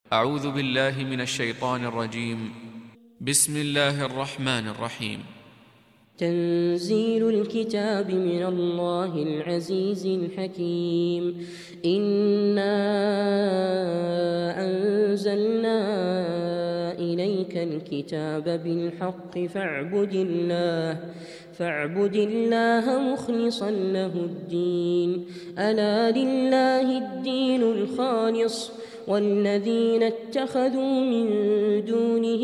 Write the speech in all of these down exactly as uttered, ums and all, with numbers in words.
أعوذ بالله من الشيطان الرجيم. بسم الله الرحمن الرحيم. تنزيل الكتاب من الله العزيز الحكيم. إنا أنزلنا إليك الكتاب بالحق فاعبد الله فاعبد الله مخلصا له الدين. ألا لله الدين الخالص والذين اتخذوا من دونه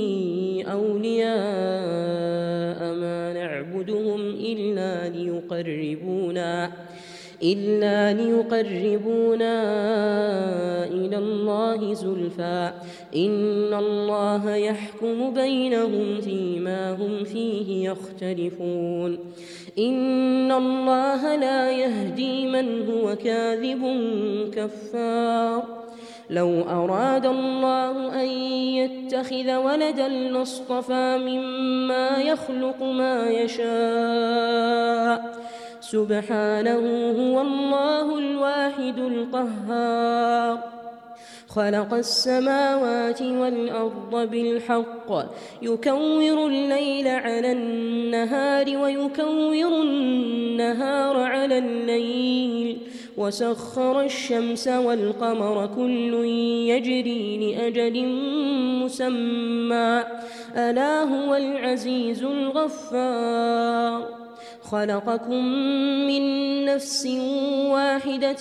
أولياء ما نعبدهم إلا ليقربونا إلا ليقربونا إلى الله زلفى إن الله يحكم بينهم فيما هم فيه يختلفون. إن الله لا يهدي من هو كاذب كفار. لو أراد الله أن يتخذ ولدا لاصطفى مما يخلق ما يشاء سبحانه هو الله الواحد القهار. خلق السماوات والأرض بالحق يكور الليل على النهار ويكور النهار على الليل وسخر الشمس والقمر كل يجري لأجل مسمى ألا هو العزيز الغفار. خلقكم من نفس واحدة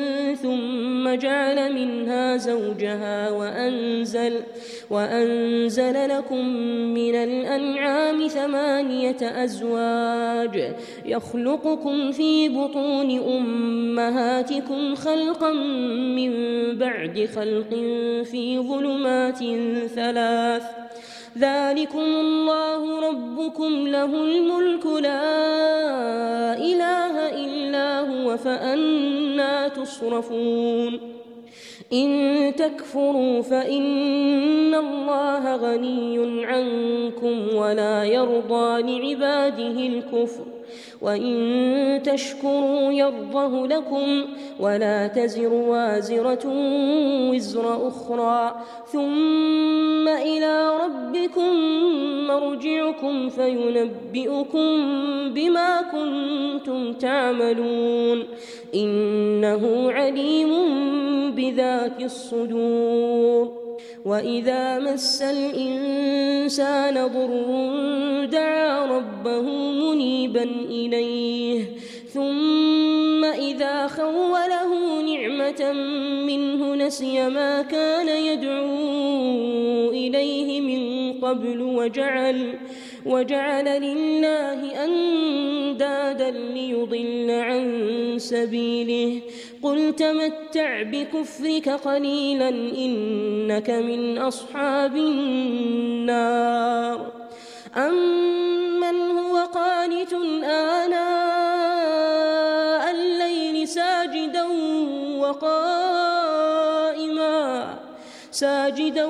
ثم جعل منها زوجها وأنزل, وأنزل لكم من الأنعام ثمانية أزواج يخلقكم في بطون أمهاتكم خلقا من بعد خلق في ظلمات ثلاث ذلكم الله ربكم له الملك لا إله إلا هو فأنى تصرفون. إن تكفروا فإن الله غني عنكم ولا يرضى لعباده الكفر وإن تشكروا يرضه لكم ولا تزر وازرة وزر أخرى ثم إلى ربكم مرجعكم فينبئكم بما كنتم تعملون إنه عليم بذات الصدور. وإذا مس الإنسان ضر دعا ربه منيبا إليه ثم إذا خوله نعمة منه نسي ما كان يدعو إليه من قبل وجعل, وجعل لله أندادا ليضل عن سبيله. قل تمتع بكفرك قليلا إنك من أصحاب النار. أمن هو قانت آناء الليل ساجدا وقائما ساجدا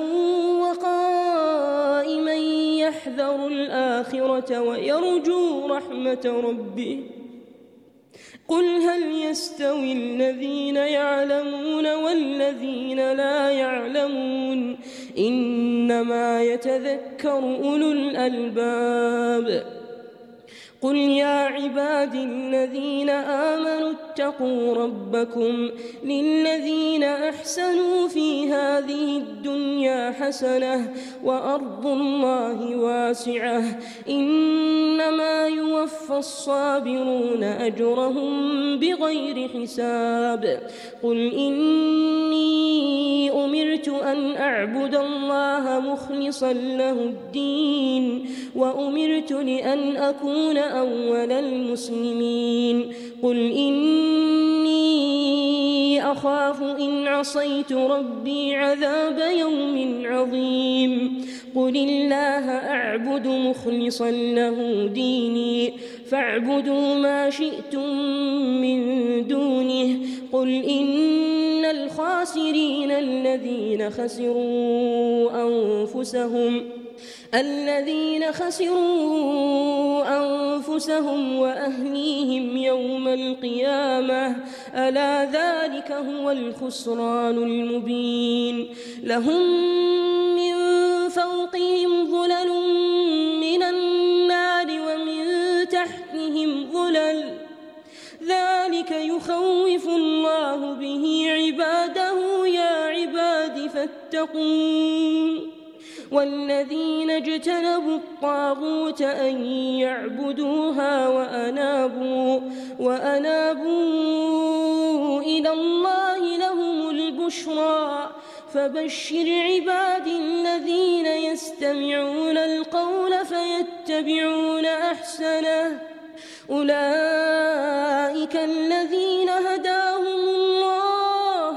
وقائما يحذر الآخرة ويرجو رحمة ربه. قل هل يستوي الذين يعلمون والذين لا يعلمون إنما يتذكر أولو الألباب. قل يا عبادي الذين آمنوا اتقوا ربكم للذين أحسنوا في هذه الدنيا حسنة وأرض الله واسعة إنما يوفى الصابرون أجرهم بغير حساب. قل إني أمرت أن أعبد الله مخلصا له الدين وأمرت لأن أكون أول المسلمين. قل إني أخاف إن عصيت ربي عذاب يوم عظيم. قل الله أعبد مخلصا له ديني فاعبدوا ما شئتم من دونه. قل إن الخاسرين الذين خسروا أنفسهم الذين خسروا أنفسهم وأهليهم يوم القيامة ألا ذلك هو الخسران المبين لهم من فوقهم ظلل من النار ومن تحتهم ظلل ذلك يخوف الله به عباده يا عباد فاتقون والذين اجتنبوا الطاغوت أن يعبدوها وأنابوا, وأنابوا إلى الله لهم البشرى فبشر عبادي الذين يستمعون القول فيتبعون أحسنه أولئك الذين هداهم الله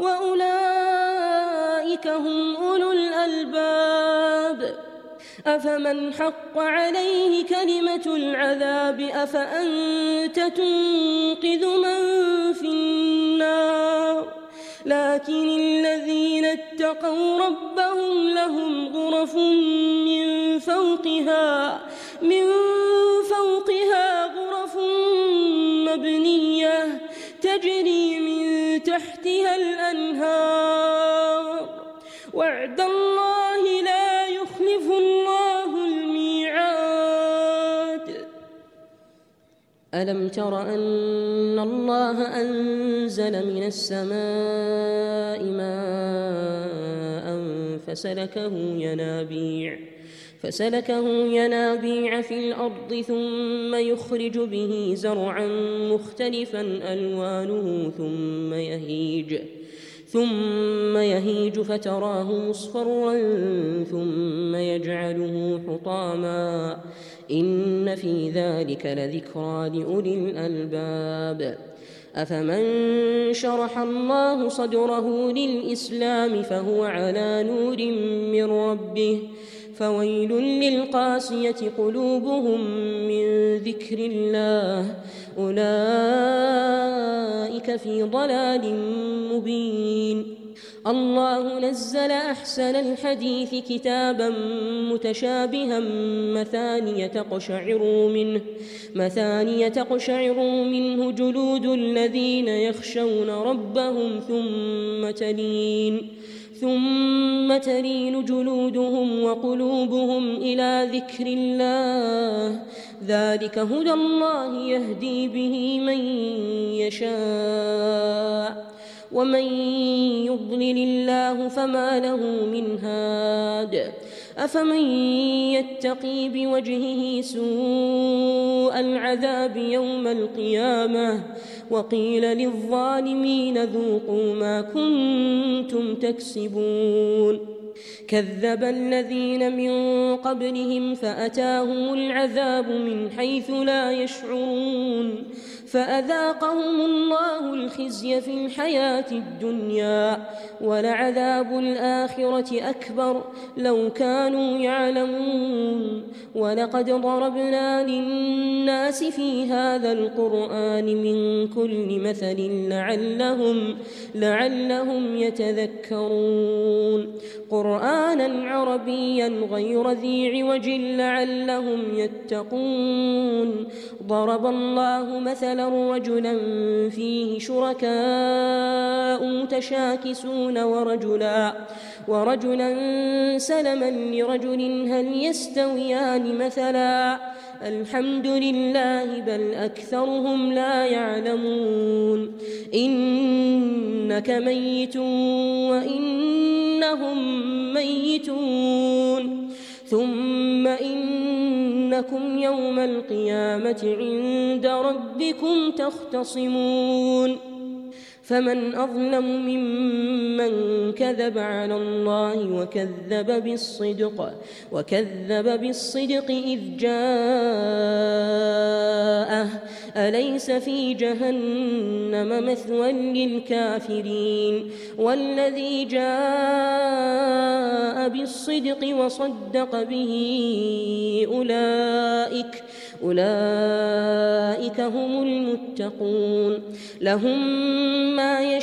وأولئك هم أولو الألباب أفمن حق عليه كلمة العذاب أفأنت تنقذ من في النار لكن الذين اتقوا ربهم لهم غرف من فوقها من فوقها غرف مبنية تجري من تحتها الأنهار وعد الله لا يخلف الله الميعاد ألم تر أن الله أنزل من السماء ماء فسلكه ينابيع فسلكه ينابيع في الأرض ثم يخرج به زرعا مختلفا ألوانه ثم يهيج ثم يهيج فتراه مصفرا ثم يجعله حطاما إن في ذلك لذكرى لأولي الألباب أفمن شرح الله صدره للإسلام فهو على نور من ربه فويل للقاسية قلوبهم من ذكر الله أولئك في ضلال مبين الله نزل أحسن الحديث كتابا متشابها مثانية تقشعر منه مثانية تقشعر منه جلود الذين يخشون ربهم ثم تلين ثم تلين جلودهم وقلوبهم إلى ذكر الله ذلك هدى الله يهدي به من يشاء ومن يضلل الله فما له من هاد أفمن يتقي بوجهه سوء العذاب يوم القيامة وقيل للظالمين ذوقوا ما كنتم تكسبون كذب الذين من قبلهم فأتاهم العذاب من حيث لا يشعرون فأذاقهم الله الخزي في الحياة الدنيا ولعذاب الآخرة أكبر لو كانوا يعلمون ولقد ضربنا للناس في هذا القرآن من كل مثل لعلهم, لعلهم يتذكرون قرآنا عربيا غير ذي عوج لعلهم يتقون ضرب الله مثلا رجلا فيه شركاء متشاكسون ورجلا, ورجلا سلما لرجل هل يستويان مثلا الحمد لله بل أكثرهم لا يعلمون إنك ميت وإنهم ميتون ثم إنكم يوم القيامة عند ربكم تختصمون فمن أظلم ممن كذب على الله وكذب بالصدق وكذب بالصدق إذ جاءه أليس في جهنم مثوى للكافرين والذي جاء بالصدق وصدق به أولئك أولئك هم المتقون لهم ما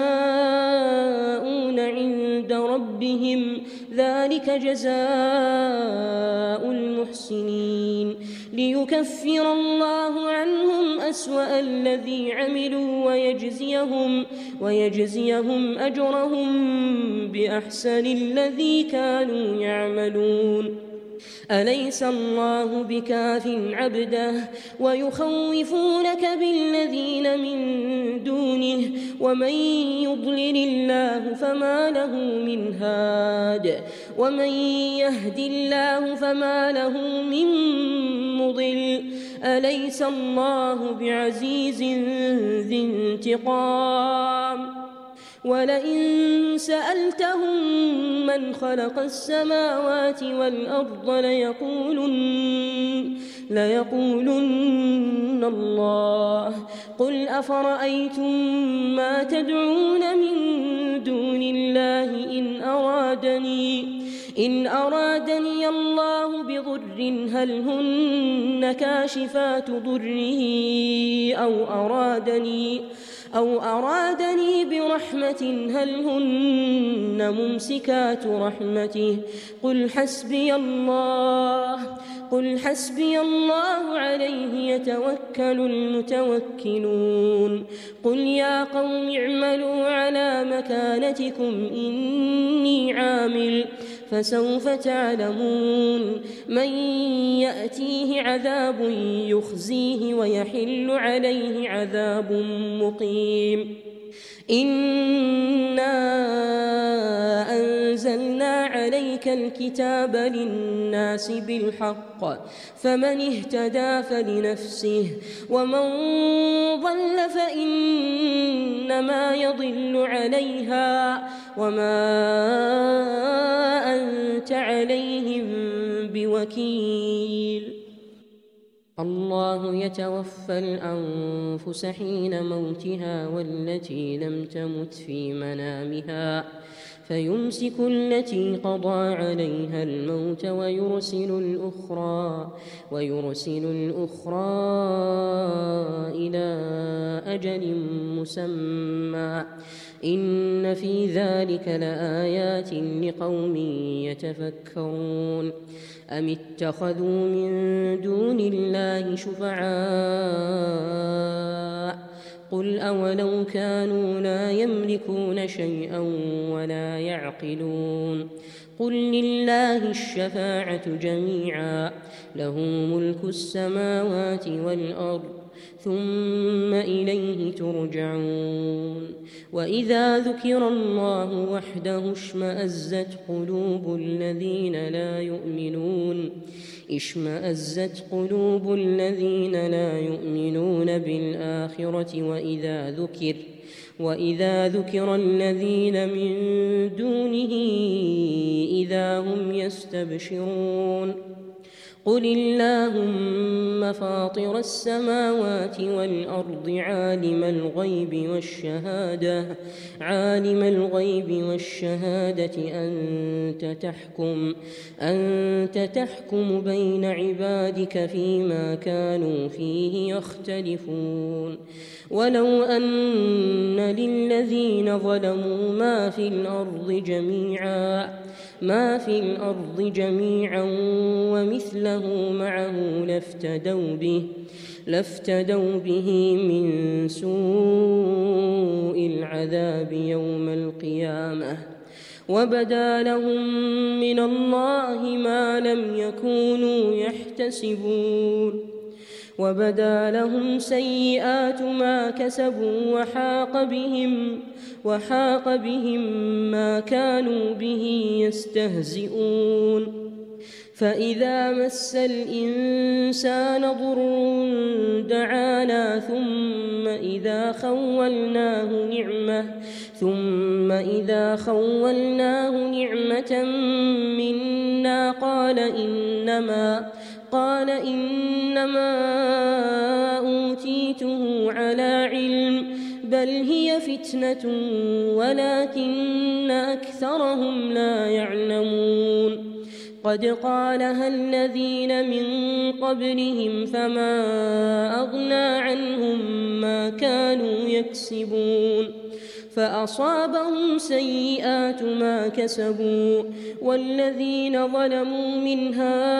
يشاءون عند ربهم ذلك جزاء المحسنين ليكفر الله عنهم أسوأ الذي عملوا ويجزيهم, ويجزيهم أجرهم بأحسن الذي كانوا يعملون أليس الله بكاف عبده ويخوفونك بالذين من دونه ومن يضلل الله فما له من هاد ومن يهد الله فما له من مضل أليس الله بعزيز ذي انتقام ولئن سألتهم من خلق السماوات والأرض ليقولن, ليقولن الله قل أفرأيتم ما تدعون من دون الله إن أرادني إن أرادني الله بضر هل هن كاشفات ضره أو أرادني أو أرادني برحمة هل هن ممسكات رحمته قل حسبي الله قل حسبي الله عليه يتوكل المتوكلون قل يا قوم اعملوا على مكانتكم إني عامل فسوف تعلمون من يأتيه عذاب يخزيه ويحل عليه عذاب مقيم إنا أنزلنا عليك الكتاب للناس بالحق فمن اهتدى فلنفسه ومن ضل فإنما يضل عليها وما أنت عليهم بوكيل الله يتوفى الأنفس حين موتها والتي لم تمت في منامها فيمسك التي قضى عليها الموت ويرسل الأخرى ويرسل الأخرى إلى أجل مسمى إن في ذلك لآيات لقوم يتفكرون أم اتخذوا من دون الله شفعاء قل أولو كانوا لا يملكون شيئا ولا يعقلون قل لله الشفاعة جميعا له ملك السماوات والأرض ثم إليه ترجعون وإذا ذكر الله وحده اشمأزت قلوب الذين لا يؤمنون اشمأزت قلوب الذين لا يؤمنون بالآخرة وإذا ذكر وإذا ذكر الذين من دونه إذا هم يستبشرون قل اللهم فاطر السماوات والأرض عالم الغيب والشهادة عالم الغيب والشهادة أنت تحكم أنت تحكم بين عبادك فيما كانوا فيه يختلفون ولو أن للذين ظلموا ما في الأرض جميعا ما في الأرض جميعا ومثله معه لافتدوا به لافتدوا به من سوء العذاب يوم القيامة وبدا لهم من الله ما لم يكونوا يحتسبون وبدا لهم سيئات ما كسبوا وحاق بهم وحاق بهم ما كانوا به يستهزئون فإذا مس الإنسان ضر دعانا ثم إذا خولناه نعمة ثم إذا خولناه نعمة منا قال إنما قال إنما أوتيته على علم بل هي فتنة ولكن أكثرهم لا يعلمون قد قالها الذين من قبلهم فما أغنى عنهم ما كانوا يكسبون فأصابهم سيئات ما كسبوا والذين ظلموا من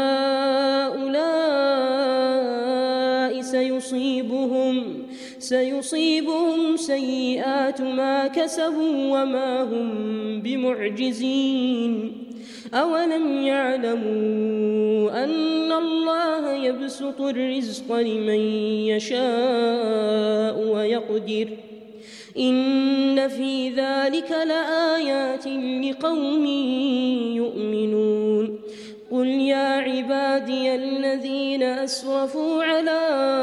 هؤلاء سيصيبهم سيصيبهم سيئات ما كسبوا وما هم بمعجزين أولم يعلموا أن الله يبسط الرزق لمن يشاء ويقدر إن في ذلك لآيات لقوم يؤمنون قل يا عبادي الذين أسرفوا على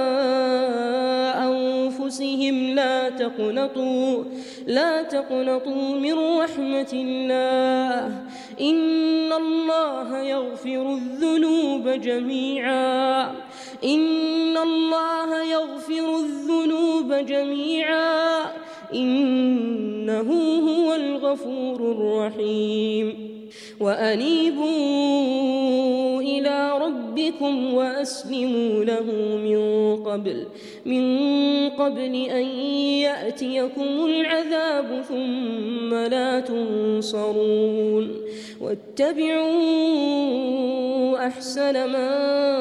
أنفسهم لا تقنطوا لا تقنطوا من رحمة الله إن الله يغفر الذنوب جميعا إن الله يغفر الذنوب جميعا إنه هو الغفور الرحيم وأنيبوا إلى ربكم وأسلموا له من قبل من قبل أن يأتيكم العذاب ثم لا تنصرون واتبعوا أحسن ما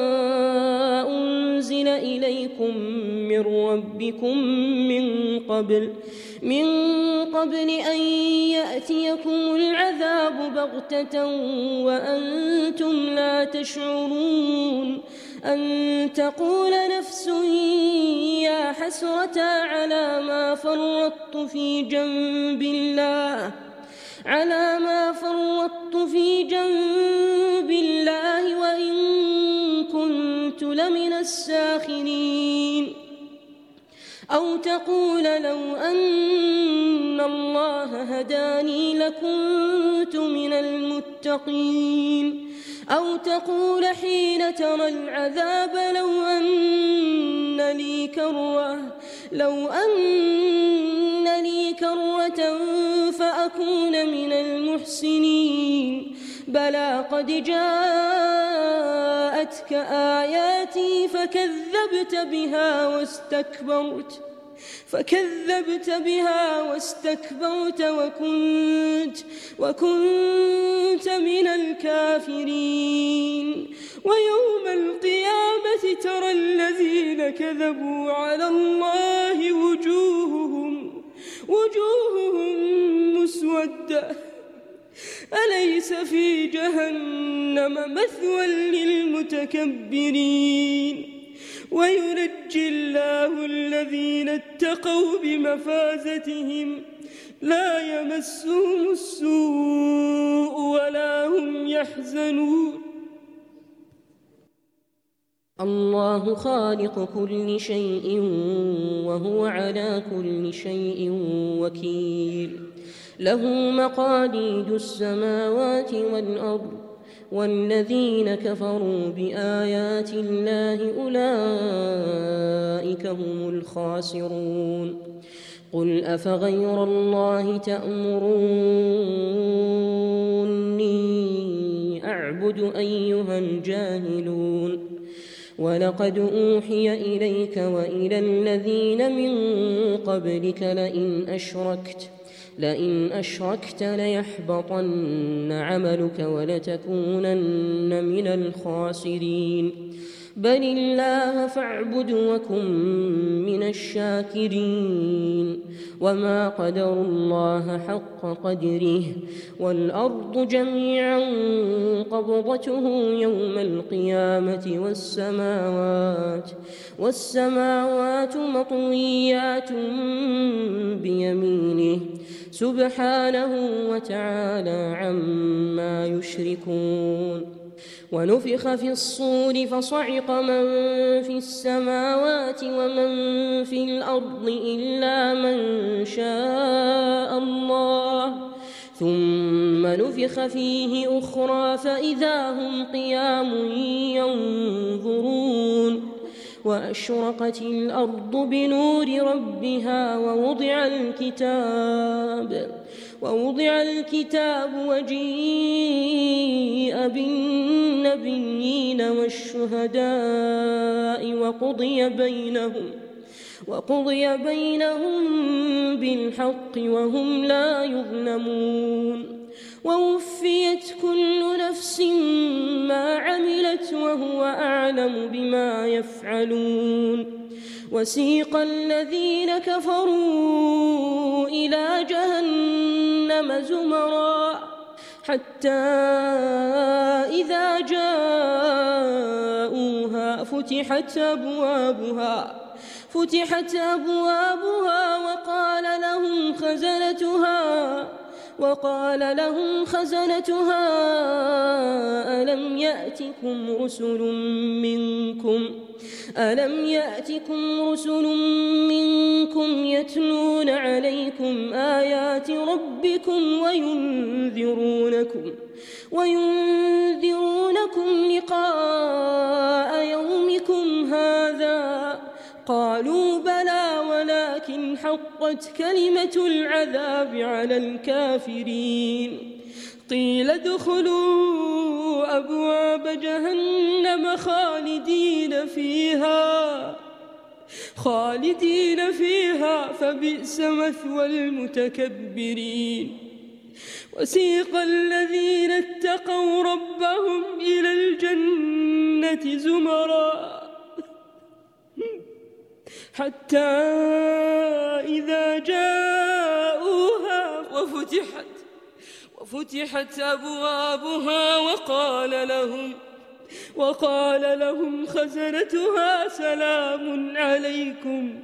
أنزل إليكم من ربكم من قبل من قبل أن يأتيكم العذاب بغتة وأنتم لا تشعرون أن تقول نفس يا حسرة على ما فرطت في جنب الله على ما فرطت في جنب الله وإن كنت لمن الساخرين أو تقول لو أن الله هداني لكنت من المتقين أو تقول حين ترى العذاب لو أن لي كرة لو أن لي كرة فأكون من المحسنين بلى قد جاءتك آياتي فكذبت بها واستكبرت فكذبت بها واستكبرت وكنت وكنت من الكافرين ويوم القيامة ترى الذين كذبوا على الله وجوههم وجوههم مسودة أليس في جهنم مثوى للمتكبرين وينجي الله الذين اتقوا بمفازتهم لا يمسهم السوء ولا هم يحزنون الله خالق كل شيء وهو على كل شيء وكيل له مقاليد السماوات والأرض والذين كفروا بآيات الله أولئك هم الخاسرون قل أفغير الله تأمروني أعبد أيها الجاهلون ولقد أوحي إليك وإلى الذين من قبلك لئن أشركت لئن أشركت ليحبطن عملك ولتكونن من الخاسرين بل الله فاعبد وكن من الشاكرين وما قدروا الله حق قدره والأرض جميعا قبضته يوم القيامة والسماوات والسماوات مطويات بيمينه سبحانه وتعالى عما يشركون ونفخ في الصور فصعق من في السماوات ومن في الأرض إلا من شاء الله ثم نفخ فيه أخرى فإذا هم قيام ينظرون وأشرقت الأرض بنور ربها ووضع الكتاب ووضع الكتاب وجيء بالناس النبيين والشهداء وقضي بينهم وقضي بينهم بالحق وهم لا يظلمون ووفيت كل نفس ما عملت وهو أعلم بما يفعلون وسيق الذين كفروا إلى جهنم زمرا حتى إذا جاءوها فتحت أبوابها فتحت أبوابها وقال لهم خزنتها وقال لهم خزنتها ألم يأتكم رسل منكم ألم يأتكم رسل منكم يتلون عليكم آيات ربكم وينذرونكم وينذرونكم لقاء يومكم هذا قالوا بلى ولكن حقت كلمة العذاب على الكافرين قيل ادخلوا أبواب جهنم خالدين فيها خالدين فيها فبئس مثوى المتكبرين وسيق الذين اتقوا ربهم إلى الجنة زمرا حتى إذا جاءوها وفتحت وفتحت أبوابها وقال لهم وقال لهم خزنتها سلام عليكم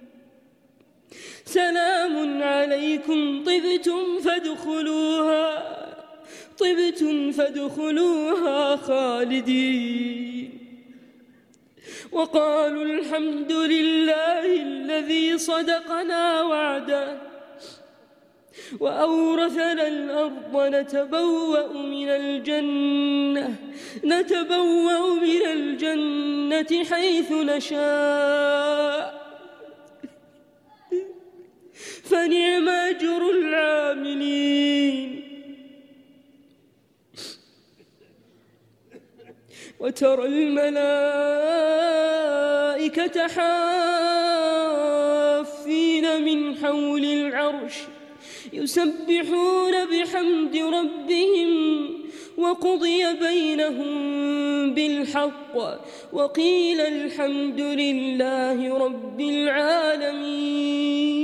سلام عليكم طبتم فادخلوها طبتم فادخلوها خالدين وقالوا الحمد لله الذي صدقنا وعده وأورثنا الأرض نتبوأ من الجنة نتبوأ من الجنة حيث نشاء فنعم أجر العاملين وترى الملائكة حافين من حول العرش يسبحون بحمد ربهم وقضي بينهم بالحق وقيل الحمد لله رب العالمين.